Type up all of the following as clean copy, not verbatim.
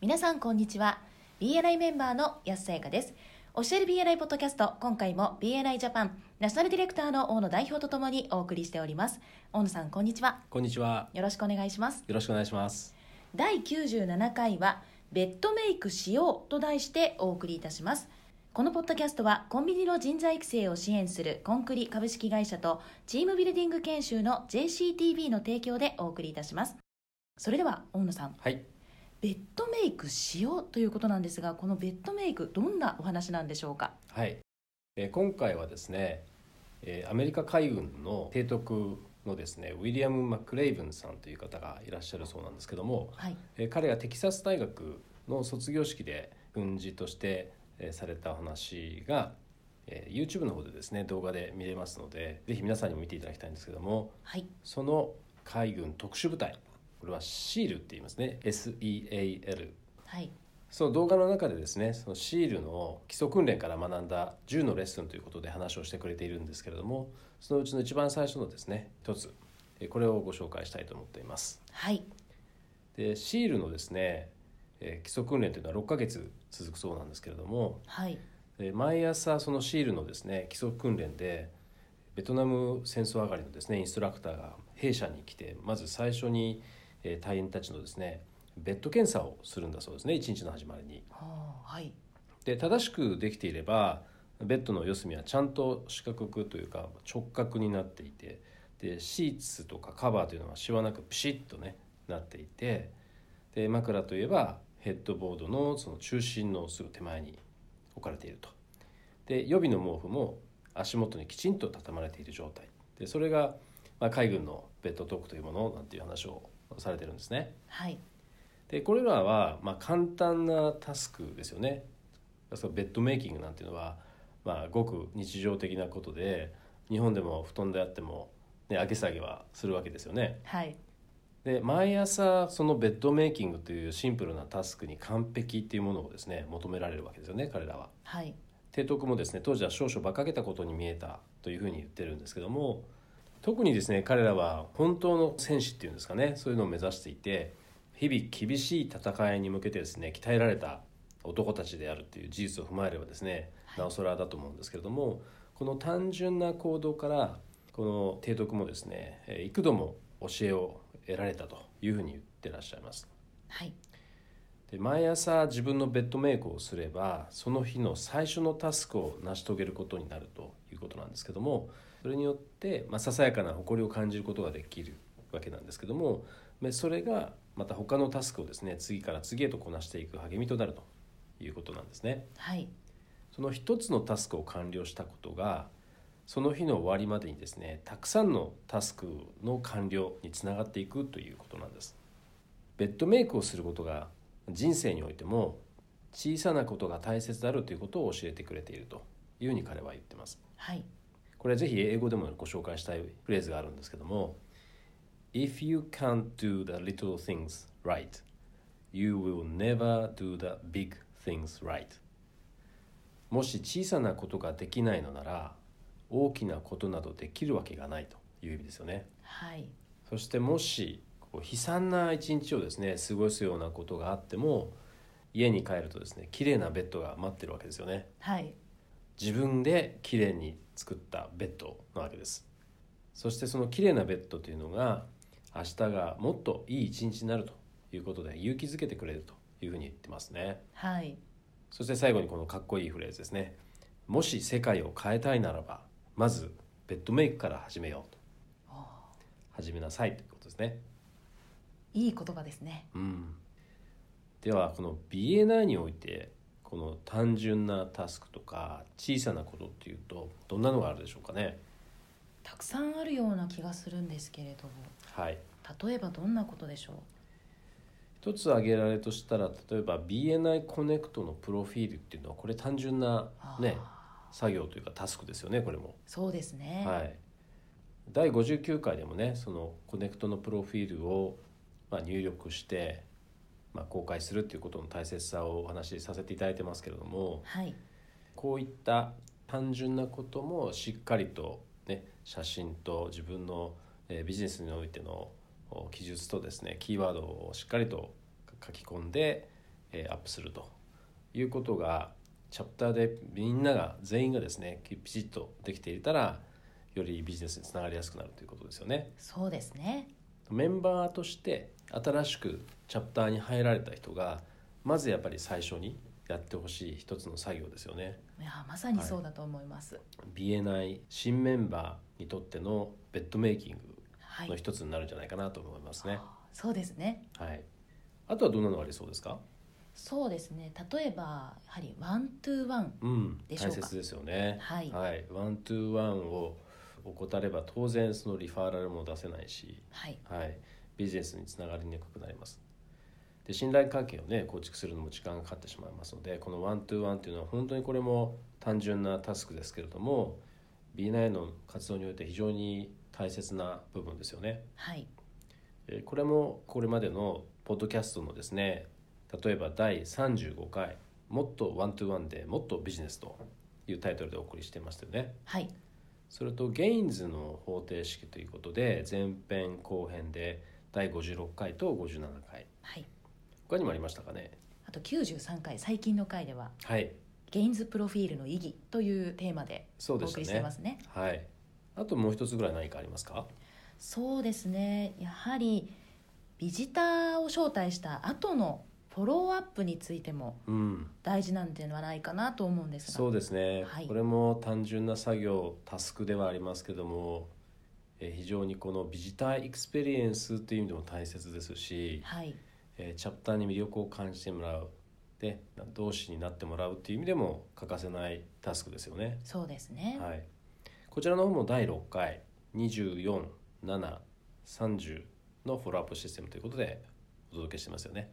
皆さんこんにちは。 BNI メンバーの安さやかです。教える BNI ポッドキャスト、今回も BNI ジャパンナショナルディレクターの大野代表とともにお送りしております。大野さんこんにちは。 こんにちは。 よろしくお願いします。 よろしくお願いします。 第97回はベッドメイクしようと題してお送りいたします。このポッドキャストはコンビニの人材育成を支援するコンクリ株式会社とチームビルディング研修の JCTV の提供でお送りいたします。それでは大野さん、 はい、 ベッドメイクしようということなんですが、このベッドメイクどんなお話なんでしょうか。 はい、今回はですね、アメリカ海軍の提督のですねウィリアム・マクレイブンさんという方がいらっしゃるそうなんですけども、 はい、 彼がテキサス大学の卒業式で訓示としてされたお話が、YouTube の方でですね動画で見れますので、ぜひ皆さんにも見ていただきたいんですけども、 はい、 その海軍特殊部隊、これはシールって言いますね。 SEAL、 はい、 その動画の中でですね、そのシールの基礎訓練から学んだ10のレッスンということで話をしてくれているんですけれども、そのうちの一番最初のですね一つ、これをご紹介したいと思っています。 はい、 でシールのですね、基礎訓練というのは6ヶ月続くそうなんですけれども、 はい、 毎朝そのシールのですね基礎訓練でベトナム戦争上がりのですねインストラクターが弊社に来て、まず最初に隊員たちのですねベッド検査をするんだそうですね、一日の始まりに。 はい、 で正しくできていればベッドの四隅はちゃんと四角くというか直角になっていて、でシーツとかカバーというのはシワなくピシッとねなっていて、で枕といえばヘッドボードのその中心のすぐ手前に置かれていると。で予備の毛布も足元にきちんと畳まれている状態で、それが、海軍のベッドトークというものなんていう話をされてるんですね。 はい、 でこれらは簡単なタスクですよね。ベッドメイキングなんていうのは、ごく日常的なことで、日本でも布団であっても、上げ下げはするわけですよね。 はい、 で毎朝そのベッドメイキングというシンプルなタスクに完璧っていうものをですね求められるわけですよね、彼らは。 はい、 提督もですね当時は少々馬鹿げたことに見えたというふうに言ってるんですけども、特にですね彼らは本当の戦士っていうんですかね、そういうのを目指していて、日々厳しい戦いに向けてですね鍛えられた男たちであるという事実を踏まえればですね、なおさらだと思うんですけれども、この単純な行動からこの提督もですね幾度も教えを得られたというふうに言ってらっしゃいます。 はい、 で毎朝自分のベッドメイクをすれば、その日の最初のタスクを成し遂げることになるということなんですけども、それによって、ささやかな誇りを感じることができるわけなんですけども、それがまた他のタスクをですね次から次へとこなしていく励みとなるということなんですね。 はい、 その一つのタスクを完了したことが、その日の終わりまでにですねたくさんのタスクの完了につながっていくということなんです。ベッドメイクをすることが人生においても小さなことが大切であるということを教えてくれているというふうに彼は言ってます。 はい、 これはぜひ英語でもご紹介したいフレーズがあるんですけども、 If you can't do the little things right, you will never do the big things right。 もし小さなことができないのなら大きなことなどできるわけがないという意味ですよね。 はい、 そしてもし悲惨な一日をですね過ごすようなことがあっても、家に帰るとですね綺麗なベッドが待ってるわけですよね。 はい、 自分で綺麗に作ったベッドなわけです。そしてその綺麗なベッドというのが明日がもっといい一日になるということで勇気づけてくれるというふうに言ってますね。 はい、 そして最後にこのかっこいいフレーズですね。もし世界を変えたいならばまずベッドメイクから始めようと、始めなさいということですね。 いい言葉ですね。 ではこの BNI においてこの単純なタスクとか小さなことっていうとどんなのがあるでしょうかね。 たくさんあるような気がするんですけれども、 はい、 例えばどんなことでしょう。 一つ挙げられるとしたら、例えば BNI コネクトのプロフィールっていうのはこれ単純な作業というかタスクですよね。これもそうですね。 はい、第59回でもねそのコネクトのプロフィールを入力して公開するっていうことの大切さをお話しさせていただいてますけれども、 はい、 こういった単純なこともしっかりと、写真と自分のビジネスにおいての記述とですねキーワードをしっかりと書き込んでアップするということがチャプターで全員がですねピチッとできていたらよりビジネスにつながりやすくなるということですよね。 そうですね。 メンバーとして新しくチャプターに入られた人がまずやっぱり最初にやってほしい一つの作業ですよね。 いやまさにそうだと思います、 BNI 新メンバーにとってのベッドメイキングの一つになるんじゃないかなと思いますね。 そうですね。 はい。あとはどんなのがありそうですか？ そうですね。例えばやはりワントゥーワンでしょうか。 大切ですよね。 はい、 ワントゥーワンを怠れば当然そのリファーラルも出せないし、ビジネスにつながりにくくなります。で信頼関係をね構築するのも時間がかかってしまいますので、このワントゥーワンというのは本当にこれも単純なタスクですけれども BNI の活動において非常に大切な部分ですよね。これもこれまでのポッドキャストのですね、例えば第35回もっとワントゥーワンでもっとビジネスというタイトルでお送りしていましたよね。それとゲインズの方程式ということで前編後編で第56回と57回、他にもありましたかね。 あと93回最近の回では、ゲインズプロフィールの意義というテーマでお送りしてますね。 あともう一つぐらい何かありますか？ そうですね、やはりビジターを招待した後のフォローアップについても大事なんではないかなと思うんですが、 そうですね、これも単純な作業タスクではありますけども、非常にこのビジターエクスペリエンスという意味でも大切ですし、チャプターに魅力を感じてもらうで同志になってもらうという意味でも欠かせないタスクですよね。 そうですね、 こちらの方も第6回24、7、30のフォローアップシステムということでお届けしてますよね。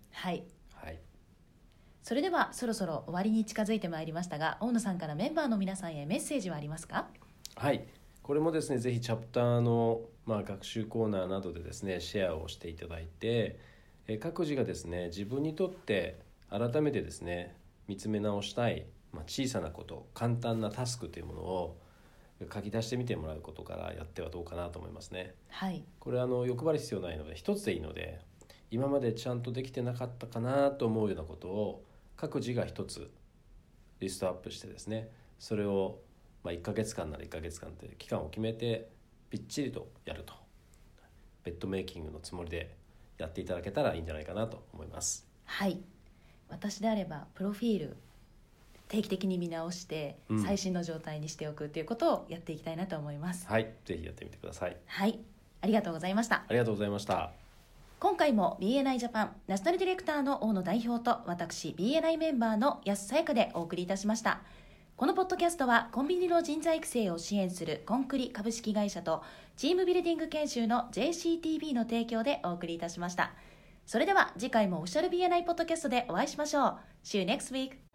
それではそろそろ終わりに近づいてまいりましたが、大野さんからメンバーの皆さんへメッセージはありますか？ これもですねぜひチャプターの、学習コーナーなどでですねシェアをしていただいて、各自がですね自分にとって改めてですね見つめ直したい、小さなこと簡単なタスクというものを書き出してみてもらうことからやってはどうかなと思いますね。これは欲張り必要ないので一つでいいので、今までちゃんとできてなかったかなと思うようなことを各自が一つリストアップしてですね、それを1ヶ月間なら1ヶ月間という期間を決めてぴっちりとやると、ベッドメイキングのつもりでやっていただけたらいいんじゃないかなと思います。 私であればプロフィール定期的に見直して最新の状態にしておくということをやっていきたいなと思います。 ぜひやってみてください。 ありがとうございました。 ありがとうございました。 今回も BNI ジャパンナショナルディレクターの大野代表と私 BNI メンバーの安さやかでお送りいたしました。このポッドキャストはコンビニの人材育成を支援するコンクリ株式会社とチームビルディング研修の JCTB の提供でお送りいたしました。それでは次回もオフィシャル BNI ポッドキャストでお会いしましょう。See you next week!